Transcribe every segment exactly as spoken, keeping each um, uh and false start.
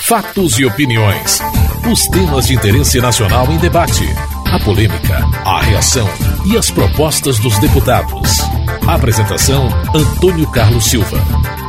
Fatos e opiniões. Os temas de interesse nacional em debate. A polêmica, a reação e as propostas dos deputados. Apresentação: Antônio Carlos Silva.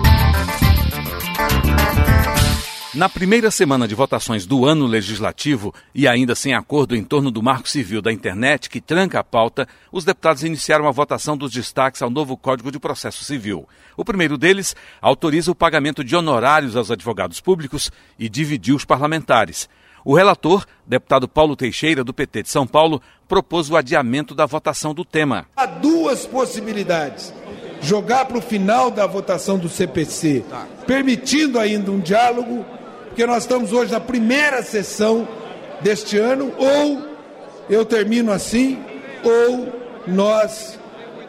Na primeira semana de votações do ano legislativo e ainda sem acordo em torno do Marco Civil da Internet que tranca a pauta, os deputados iniciaram a votação dos destaques ao novo Código de Processo Civil. O primeiro deles autoriza o pagamento de honorários aos advogados públicos e dividiu os parlamentares. O relator, deputado Paulo Teixeira, do P T de São Paulo, propôs o adiamento da votação do tema. Há duas possibilidades. Jogar para o final da votação do C P C, permitindo ainda um diálogo, porque nós estamos hoje na primeira sessão deste ano, ou eu termino assim, ou nós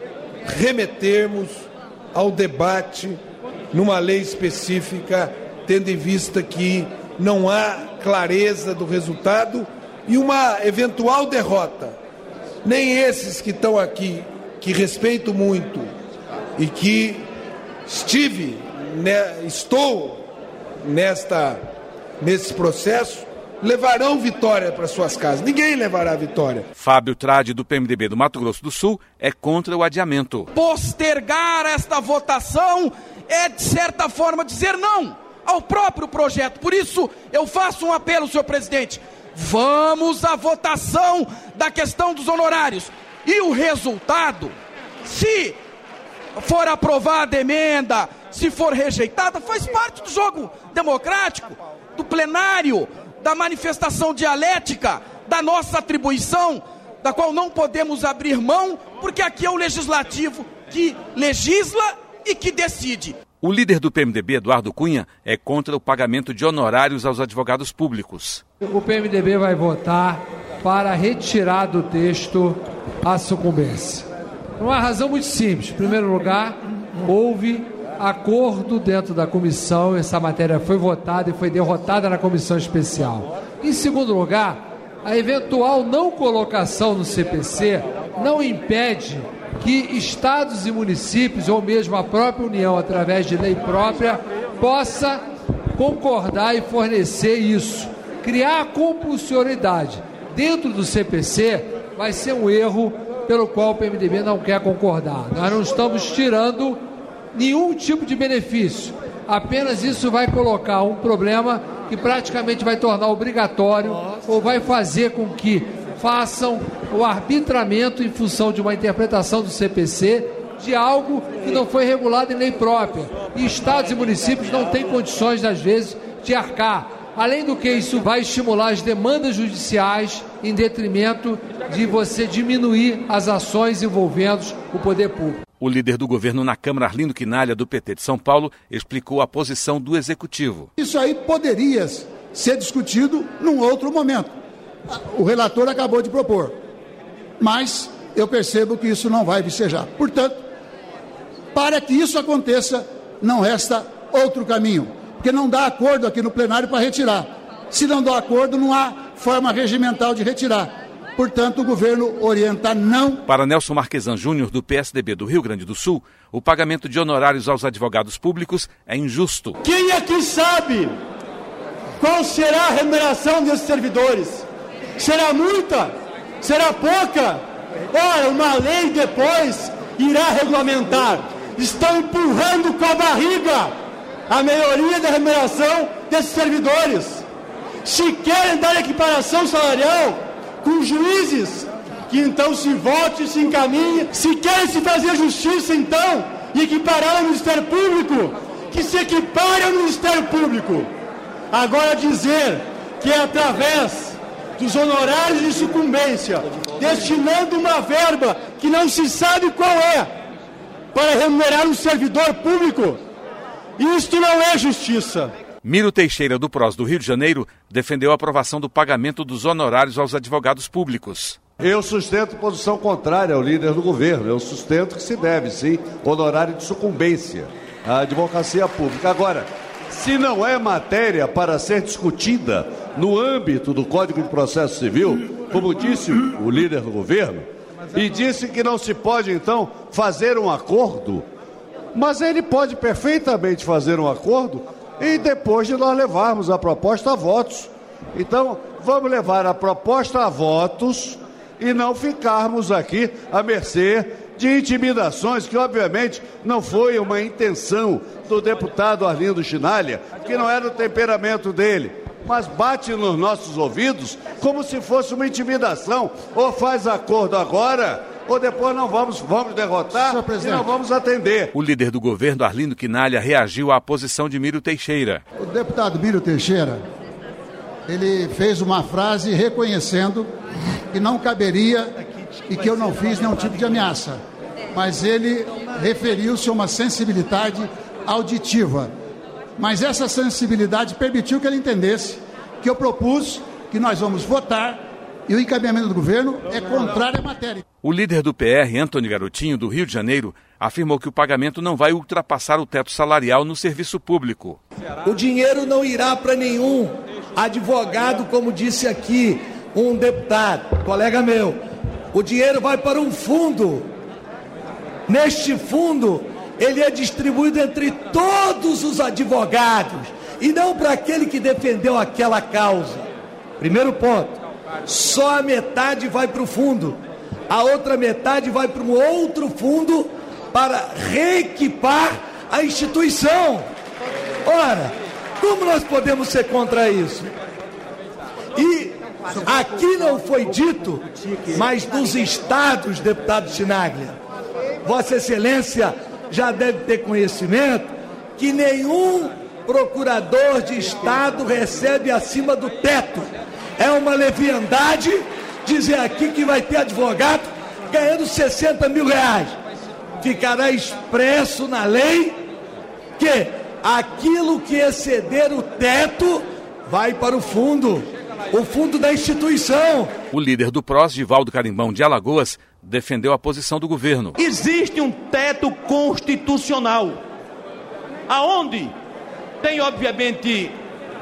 remetermos ao debate numa lei específica, tendo em vista que não há clareza do resultado e uma eventual derrota. Nem esses que estão aqui, que respeito muito e que estive, né, estou nesta, nesse processo, levarão vitória para suas casas. Ninguém levará vitória. Fábio Trade, do P M D B do Mato Grosso do Sul, é contra o adiamento. Postergar esta votação é, de certa forma, dizer não ao próprio projeto. Por isso, eu faço um apelo, senhor presidente. Vamos à votação da questão dos honorários. E o resultado, se for aprovada a emenda, se for rejeitada, faz parte do jogo democrático, do plenário, da manifestação dialética, da nossa atribuição, da qual não podemos abrir mão, porque aqui é o legislativo que legisla e que decide. O líder do P M D B, Eduardo Cunha, é contra o pagamento de honorários aos advogados públicos. O P M D B vai votar para retirar do texto a sucumbência. Por uma razão muito simples. Em primeiro lugar, houve acordo dentro da comissão, essa matéria foi votada e foi derrotada na comissão especial. Em segundo lugar, a eventual não colocação no C P C não impede que estados e municípios, ou mesmo a própria União, através de lei própria, possa concordar e fornecer isso. Criar a compulsoriedade dentro do C P C vai ser um erro pelo qual o P M D B não quer concordar. Nós não estamos tirando nenhum tipo de benefício. Apenas isso vai colocar um problema que praticamente vai tornar obrigatório ou vai fazer com que façam o arbitramento em função de uma interpretação do C P C de algo que não foi regulado em lei própria. E estados e municípios não têm condições, às vezes, de arcar. Além do que, isso vai estimular as demandas judiciais em detrimento de você diminuir as ações envolvendo o poder público. O líder do governo na Câmara, Arlindo Quinalha, do P T de São Paulo, explicou a posição do Executivo. Isso aí poderia ser discutido num outro momento. O relator acabou de propor, mas eu percebo que isso não vai vicejar. Portanto, para que isso aconteça, não resta outro caminho, porque não dá acordo aqui no plenário para retirar. Se não dá acordo, não há forma regimental de retirar. Portanto, o governo orienta não. Para Nelson Marquesan Júnior, do P S D B do Rio Grande do Sul, o pagamento de honorários aos advogados públicos é injusto. Quem aqui sabe qual será a remuneração desses servidores? Será muita? Será pouca? Ora, uma lei depois irá regulamentar. Estão empurrando com a barriga a melhoria da remuneração desses servidores. Se querem dar equiparação salarial com juízes, que então se vote e se encaminhe. Se querem se fazer justiça, então, e equiparar ao Ministério Público, que se equipare ao Ministério Público. Agora dizer que é através dos honorários de sucumbência, destinando uma verba que não se sabe qual é, para remunerar um servidor público, isto não é justiça. Miro Teixeira, do P R O S do Rio de Janeiro, defendeu a aprovação do pagamento dos honorários aos advogados públicos. Eu sustento posição contrária ao líder do governo. Eu sustento que se deve, sim, honorário de sucumbência à advocacia pública. Agora, se não é matéria para ser discutida no âmbito do Código de Processo Civil, como disse o líder do governo, e disse que não se pode, então, fazer um acordo, mas ele pode perfeitamente fazer um acordo e depois de nós levarmos a proposta a votos. Então, vamos levar a proposta a votos e não ficarmos aqui à mercê de intimidações, que obviamente não foi uma intenção do deputado Arlindo Chinalha, que não era o temperamento dele, mas bate nos nossos ouvidos como se fosse uma intimidação. Ou faz acordo agora, ou depois não vamos, vamos derrotar e não vamos atender. O líder do governo, Arlindo Chinalha, reagiu à posição de Mírio Teixeira. O deputado Mírio Teixeira, ele fez uma frase reconhecendo que não caberia e que eu não fiz nenhum tipo de ameaça. Mas ele referiu-se a uma sensibilidade auditiva. Mas essa sensibilidade permitiu que ele entendesse que eu propus que nós vamos votar e o encaminhamento do governo é contrário à matéria. O líder do P R, Antônio Garotinho, do Rio de Janeiro, afirmou que o pagamento não vai ultrapassar o teto salarial no serviço público. O dinheiro não irá para nenhum advogado, como disse aqui um deputado, colega meu. O dinheiro vai para um fundo. Neste fundo, ele é distribuído entre todos os advogados e não para aquele que defendeu aquela causa. Primeiro ponto, só a metade vai para o fundo, a outra metade vai para um outro fundo para reequipar a instituição. Ora, como nós podemos ser contra isso? E aqui não foi dito, mas nos estados, deputado Chinaglia, Vossa Excelência já deve ter conhecimento que nenhum procurador de Estado recebe acima do teto. É uma leviandade dizer aqui que vai ter advogado ganhando sessenta mil reais. Ficará expresso na lei que aquilo que exceder o teto vai para o fundo, o fundo da instituição. O líder do P R O S, Givaldo Carimbão de Alagoas, defendeu a posição do governo. Existe um teto constitucional, aonde tem, obviamente,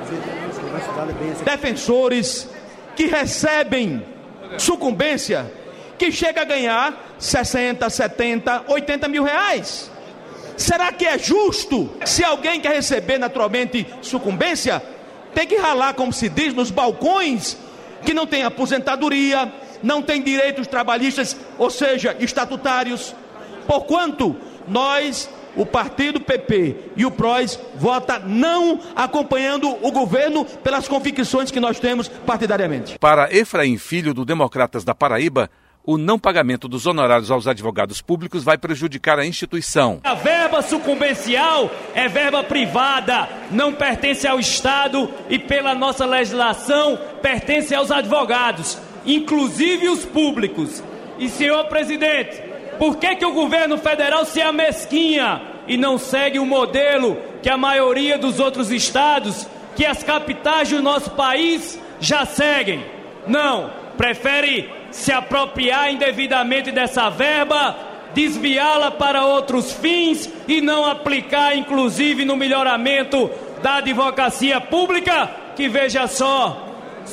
defensores que recebem sucumbência, que chega a ganhar sessenta, setenta, oitenta mil reais. Será que é justo, se alguém quer receber naturalmente sucumbência, tem que ralar, como se diz, nos balcões, que não tem aposentadoria, não tem direitos trabalhistas, ou seja, estatutários? Porquanto nós, o partido P P e o P R O S, vota não acompanhando o governo pelas convicções que nós temos partidariamente. Para Efraim Filho, do Democratas da Paraíba, o não pagamento dos honorários aos advogados públicos vai prejudicar a instituição. A verba sucumbencial é verba privada, não pertence ao Estado e, pela nossa legislação, pertence aos advogados, inclusive os públicos. E, senhor presidente, por que que o governo federal se amesquinha e não segue o modelo que a maioria dos outros estados, que as capitais do nosso país já seguem? Não, prefere se apropriar indevidamente dessa verba, desviá-la para outros fins e não aplicar, inclusive, no melhoramento da advocacia pública, que, veja só,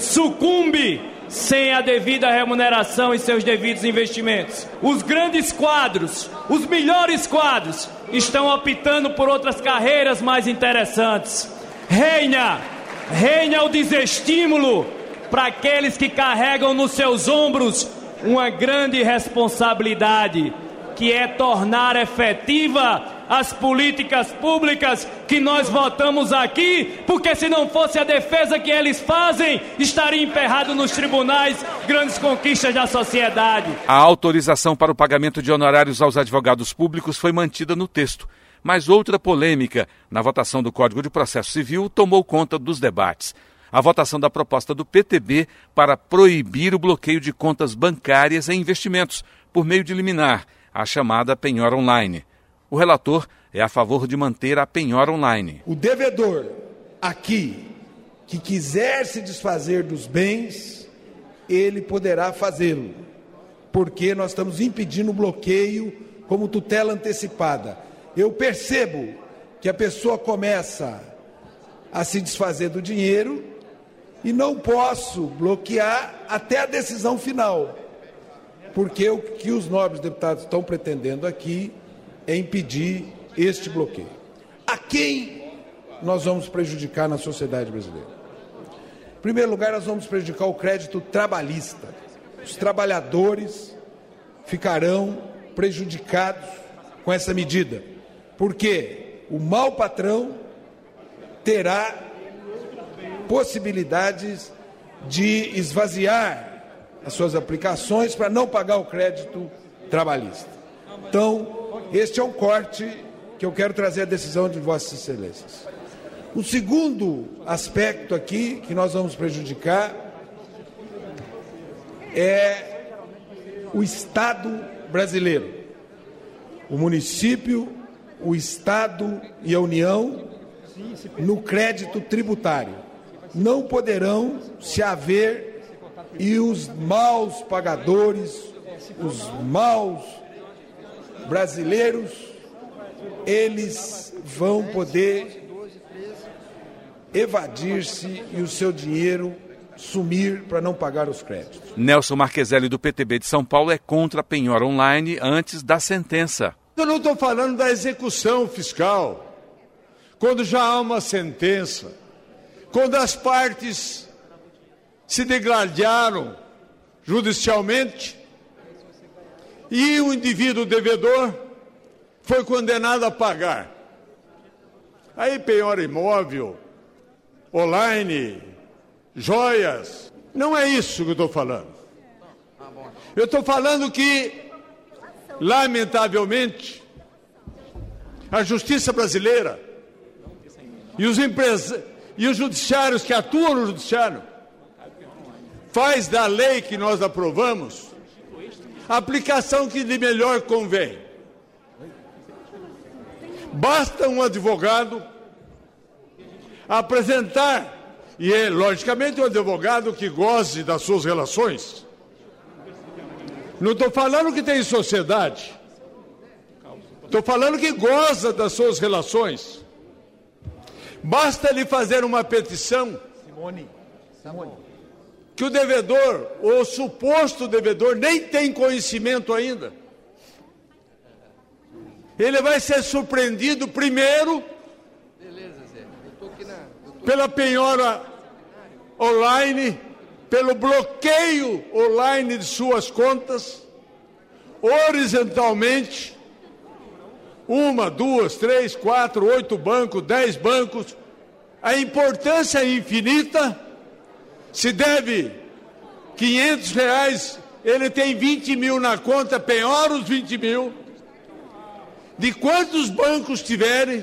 sucumbe sem a devida remuneração e seus devidos investimentos. Os grandes quadros, os melhores quadros, estão optando por outras carreiras mais interessantes. Reina, reina o desestímulo para aqueles que carregam nos seus ombros uma grande responsabilidade, que é tornar efetiva as políticas públicas que nós votamos aqui, porque se não fosse a defesa que eles fazem, estaria emperrado nos tribunais grandes conquistas da sociedade. A autorização para o pagamento de honorários aos advogados públicos foi mantida no texto, mas outra polêmica na votação do Código de Processo Civil tomou conta dos debates. A votação da proposta do P T B para proibir o bloqueio de contas bancárias e investimentos por meio de liminar, a chamada penhora online. O relator é a favor de manter a penhora online. O devedor aqui que quiser se desfazer dos bens, ele poderá fazê-lo, porque nós estamos impedindo o bloqueio como tutela antecipada. Eu percebo que a pessoa começa a se desfazer do dinheiro e não posso bloquear até a decisão final, porque o que os nobres deputados estão pretendendo aqui é impedir este bloqueio. A quem nós vamos prejudicar na sociedade brasileira? Em primeiro lugar, nós vamos prejudicar o crédito trabalhista. Os trabalhadores ficarão prejudicados com essa medida, porque o mau patrão terá possibilidades de esvaziar as suas aplicações para não pagar o crédito trabalhista. Então, este é um corte que eu quero trazer a decisão de Vossas Excelências. O segundo aspecto aqui que nós vamos prejudicar é o Estado brasileiro. O município, o Estado e a União no crédito tributário. Não poderão se haver e os maus pagadores, os maus brasileiros, eles vão poder evadir-se e o seu dinheiro sumir para não pagar os créditos. Nelson Marqueselli, do P T B de São Paulo, é contra a penhora online antes da sentença. Eu não estou falando da execução fiscal, quando já há uma sentença, quando as partes se degladiaram judicialmente e o indivíduo devedor foi condenado a pagar. Aí penhora imóvel, online, joias, não é isso que eu estou falando. Eu estou falando que, lamentavelmente, a justiça brasileira e os, empresa... e os judiciários que atuam no judiciário faz da lei que nós aprovamos a aplicação que de melhor convém. Basta um advogado apresentar, e é logicamente um advogado que goze das suas relações. Não estou falando que tem sociedade, estou falando que goza das suas relações. Basta lhe fazer uma petição que o devedor, ou o suposto devedor, nem tem conhecimento ainda. Ele vai ser surpreendido primeiro pela penhora online, pelo bloqueio online de suas contas, horizontalmente, uma, duas, três, quatro, oito bancos, dez bancos, a importância é infinita. Se deve quinhentos reais, ele tem vinte mil na conta, penhora os vinte mil. De quantos bancos tiverem,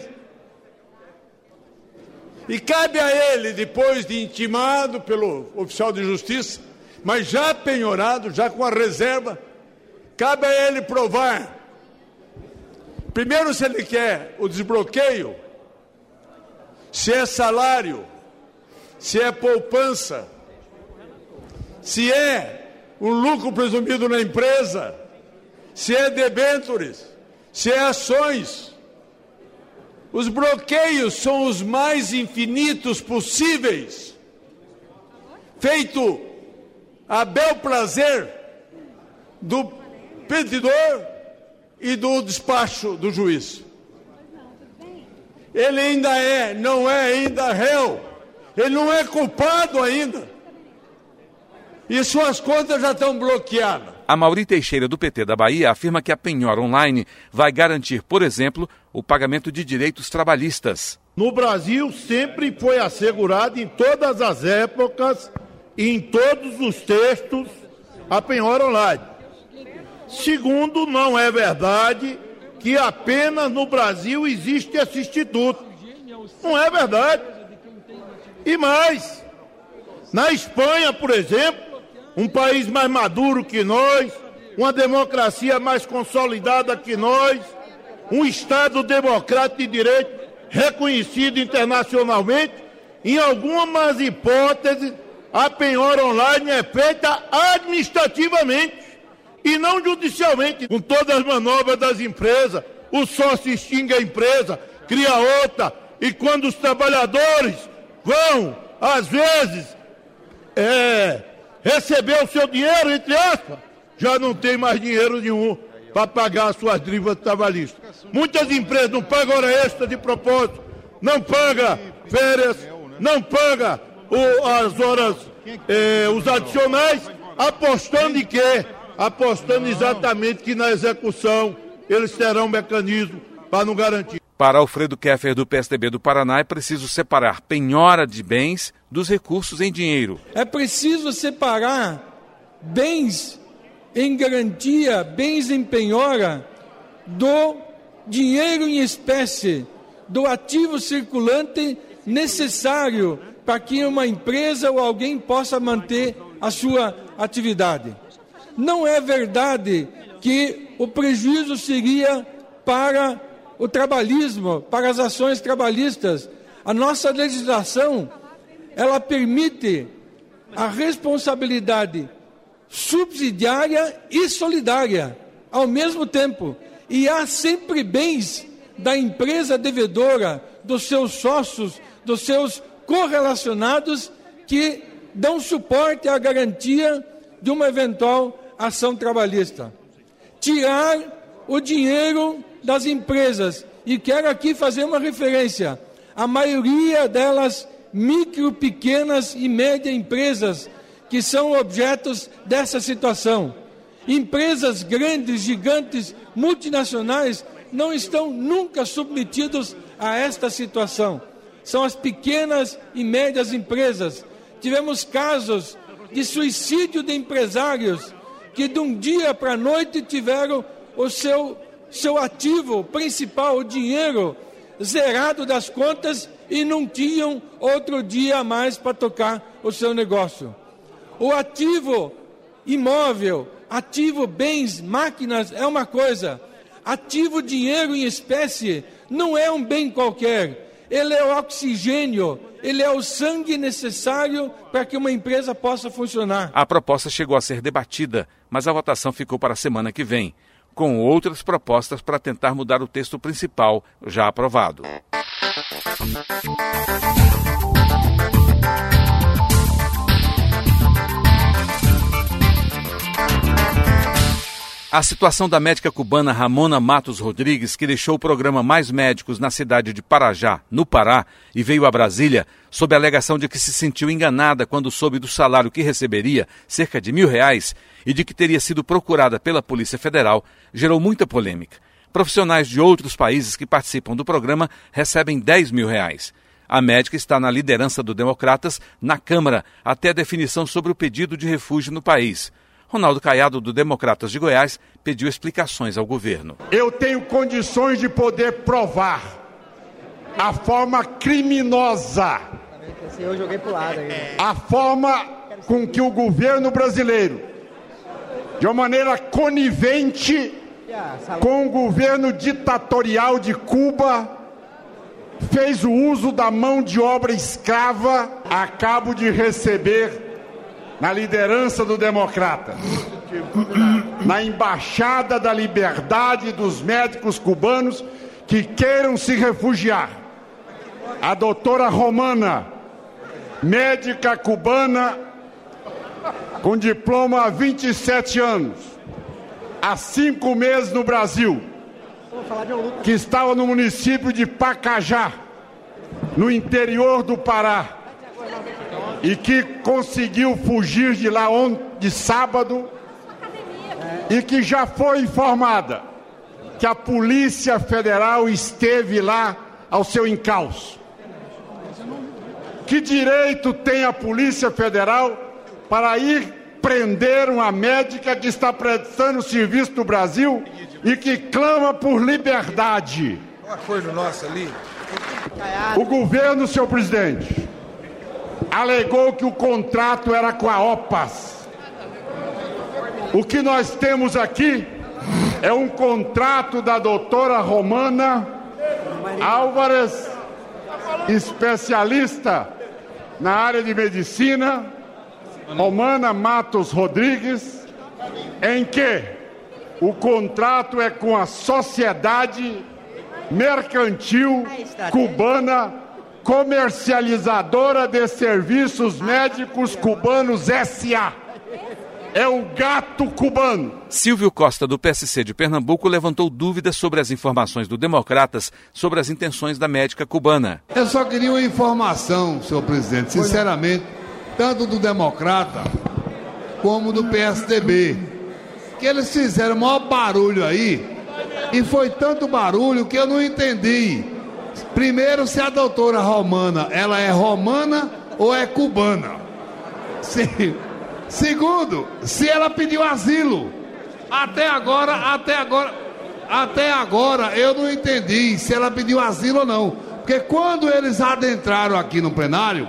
e cabe a ele, depois de intimado pelo oficial de justiça, mas já penhorado, já com a reserva, cabe a ele provar, primeiro, se ele quer o desbloqueio, se é salário, se é poupança, se é um lucro presumido na empresa, se é debêntures, se é ações. Os bloqueios são os mais infinitos possíveis, feito a bel prazer do pedidor e do despacho do juiz. Ele ainda é, não é ainda réu, ele não é culpado ainda, e suas contas já estão bloqueadas. Amaury Teixeira, do P T da Bahia, afirma que a penhora online vai garantir, por exemplo, o pagamento de direitos trabalhistas. No Brasil, sempre foi assegurado, em todas as épocas, e em todos os textos, a penhora online. Segundo, não é verdade que apenas no Brasil existe esse instituto. Não é verdade. E mais, na Espanha, por exemplo, um país mais maduro que nós, uma democracia mais consolidada que nós, um Estado democrático de direito reconhecido internacionalmente, em algumas hipóteses, a penhora online é feita administrativamente e não judicialmente. Com todas as manobras das empresas, o sócio extingue a empresa, cria outra, e quando os trabalhadores vão, às vezes, é, receber o seu dinheiro, entre aspas, já não tem mais dinheiro nenhum para pagar as suas dívidas trabalhistas. Muitas empresas não pagam hora extra de propósito, não paga férias, não paga o, as horas, eh, os adicionais, apostando em quê? Apostando exatamente que na execução eles terão um mecanismo para não garantir. Para Alfredo Keffer, do P S D B do Paraná, é preciso separar penhora de bens dos recursos em dinheiro. É preciso separar bens em garantia, bens em penhora, do dinheiro em espécie, do ativo circulante necessário para que uma empresa ou alguém possa manter a sua atividade. Não é verdade que o prejuízo seria para o trabalhismo, para as ações trabalhistas. A nossa legislação, ela permite a responsabilidade subsidiária e solidária ao mesmo tempo. E há sempre bens da empresa devedora, dos seus sócios, dos seus correlacionados, que dão suporte à garantia de uma eventual ação trabalhista. Tirar o dinheiro das empresas, e quero aqui fazer uma referência, a maioria delas micro, pequenas e média empresas que são objetos dessa situação. Empresas grandes, gigantes, multinacionais não estão nunca submetidos a esta situação. São as pequenas e médias empresas. Tivemos casos de suicídio de empresários que de um dia para a noite tiveram o seu, seu ativo principal, o dinheiro, zerado das contas e não tinham outro dia a mais para tocar o seu negócio. O ativo imóvel, ativo bens, máquinas é uma coisa. Ativo dinheiro em espécie não é um bem qualquer. Ele é o oxigênio, ele é o sangue necessário para que uma empresa possa funcionar. A proposta chegou a ser debatida, mas a votação ficou para a semana que vem, com outras propostas para tentar mudar o texto principal já aprovado. A situação da médica cubana Ramona Matos Rodrigues, que deixou o programa Mais Médicos na cidade de Parajá, no Pará, e veio a Brasília, sob a alegação de que se sentiu enganada quando soube do salário que receberia, cerca de mil reais, e de que teria sido procurada pela Polícia Federal, gerou muita polêmica. Profissionais de outros países que participam do programa recebem dez mil reais. A médica está na liderança do Democratas na Câmara até a definição sobre o pedido de refúgio no país. Ronaldo Caiado, do Democratas de Goiás, pediu explicações ao governo. Eu tenho condições de poder provar a forma criminosa, Eu joguei pro lado aí. a forma com que o governo brasileiro, de uma maneira conivente com o governo ditatorial de Cuba, fez o uso da mão de obra escrava. Acabo de receber, na liderança do Democrata, na Embaixada da Liberdade dos médicos cubanos que queiram se refugiar, a doutora Romana, médica cubana com diploma há vinte e sete anos, há cinco meses no Brasil, que estava no município de Pacajá, no interior do Pará, e que conseguiu fugir de lá ontem, de sábado, e que já foi informada que a Polícia Federal esteve lá ao seu encalço. Que direito tem a Polícia Federal para ir prender uma médica que está prestando serviço no Brasil e que clama por liberdade? Uma coisa nossa ali. O governo, senhor presidente, alegou que o contrato era com a OPAS. O que nós temos aqui é um contrato da doutora Romana Álvares, especialista na área de medicina, Romana Matos Rodrigues, em que o contrato é com a Sociedade Mercantil Cubana Comercializadora de Serviços Médicos Cubanos S A é o gato cubano. Silvio Costa, do P S C de Pernambuco, levantou dúvidas sobre as informações do Democratas sobre as intenções da médica cubana. Eu só queria uma informação, senhor presidente, sinceramente, tanto do Democrata como do P S D B, que eles fizeram o maior barulho aí, e foi tanto barulho que eu não entendi. Primeiro, se a doutora Romana, ela é romana ou é cubana? Se... Segundo, se ela pediu asilo. Até agora, até agora, até agora eu não entendi se ela pediu asilo ou não. Porque quando eles adentraram aqui no plenário,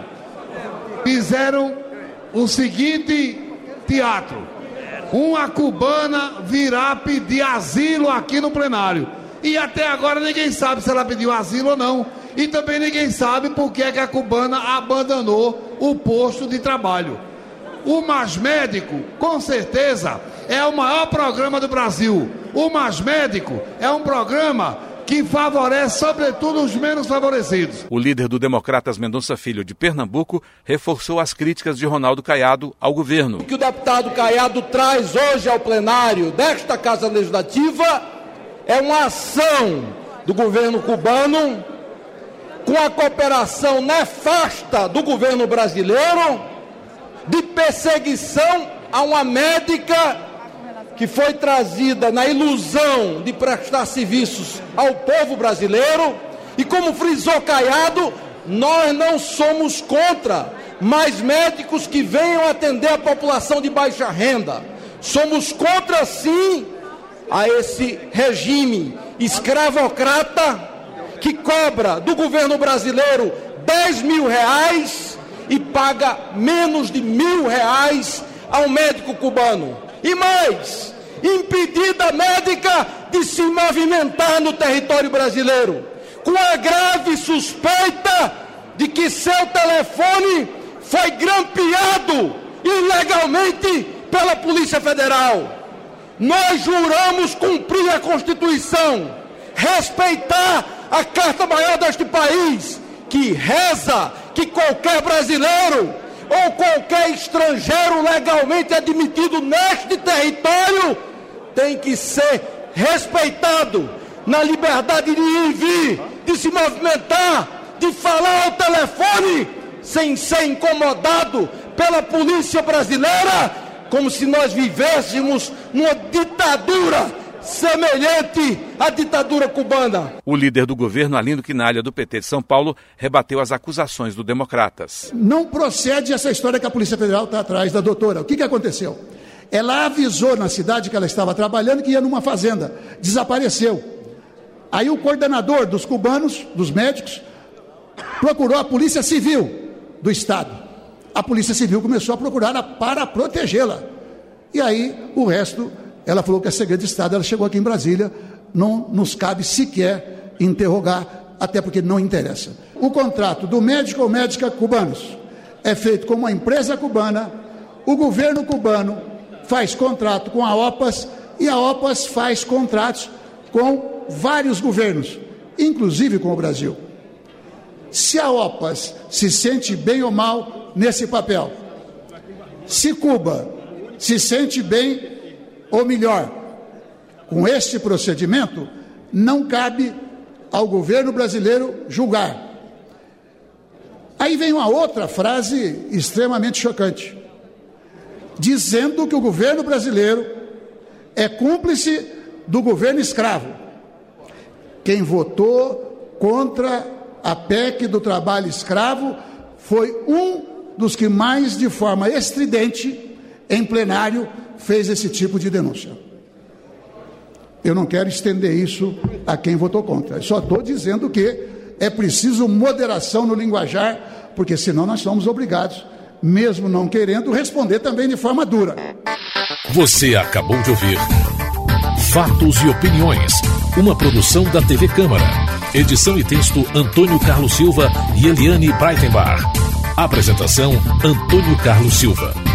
fizeram o seguinte teatro: uma cubana virá pedir asilo aqui no plenário. E até agora ninguém sabe se ela pediu asilo ou não. E também ninguém sabe por que é que a cubana abandonou o posto de trabalho. O Mais Médico, com certeza, é o maior programa do Brasil. O Mais Médico é um programa que favorece, sobretudo, os menos favorecidos. O líder do Democratas, Mendonça Filho, de Pernambuco, reforçou as críticas de Ronaldo Caiado ao governo. O que o deputado Caiado traz hoje ao plenário desta Casa Legislativa é uma ação do governo cubano com a cooperação nefasta do governo brasileiro de perseguição a uma médica que foi trazida na ilusão de prestar serviços ao povo brasileiro. E como frisou Caiado, nós não somos contra mais médicos que venham atender a população de baixa renda. Somos contra, sim, a esse regime escravocrata que cobra do governo brasileiro dez mil reais e paga menos de mil reais ao médico cubano. E mais, impedir da médica de se movimentar no território brasileiro, com a grave suspeita de que seu telefone foi grampeado ilegalmente pela Polícia Federal. Nós juramos cumprir a Constituição, respeitar a Carta Maior deste país, que reza que qualquer brasileiro ou qualquer estrangeiro legalmente admitido neste território tem que ser respeitado na liberdade de ir e vir, de se movimentar, de falar ao telefone, sem ser incomodado pela polícia brasileira, como se nós vivêssemos numa ditadura semelhante à ditadura cubana. O líder do governo, Arlindo Quinalha, do P T de São Paulo, rebateu as acusações do Democratas. Não procede essa história que a Polícia Federal está atrás da doutora. O que, que aconteceu? Ela avisou na cidade que ela estava trabalhando que ia numa fazenda. Desapareceu. Aí o coordenador dos cubanos, dos médicos, procurou a Polícia Civil do Estado. A Polícia Civil começou a procurá-la para protegê-la. E aí o resto... Ela falou que é segredo de Estado, ela chegou aqui em Brasília, não nos cabe sequer interrogar, até porque não interessa. O contrato do médico ou médica cubanos é feito com uma empresa cubana, o governo cubano faz contrato com a OPAS e a OPAS faz contratos com vários governos, inclusive com o Brasil. Se a OPAS se sente bem ou mal nesse papel, se Cuba se sente bem ou melhor, com este procedimento, não cabe ao governo brasileiro julgar. Aí vem uma outra frase extremamente chocante, dizendo que o governo brasileiro é cúmplice do governo escravo. Quem votou contra a P E C do trabalho escravo foi um dos que mais, de forma estridente, em plenário, fez esse tipo de denúncia. Eu não quero estender isso a quem votou contra. Eu só estou dizendo que é preciso moderação no linguajar, porque senão nós somos obrigados, mesmo não querendo, responder também de forma dura. Você acabou de ouvir Fatos e Opiniões, uma produção da T V Câmara. Edição e texto Antônio Carlos Silva e Eliane Breitenbach. Apresentação Antônio Carlos Silva.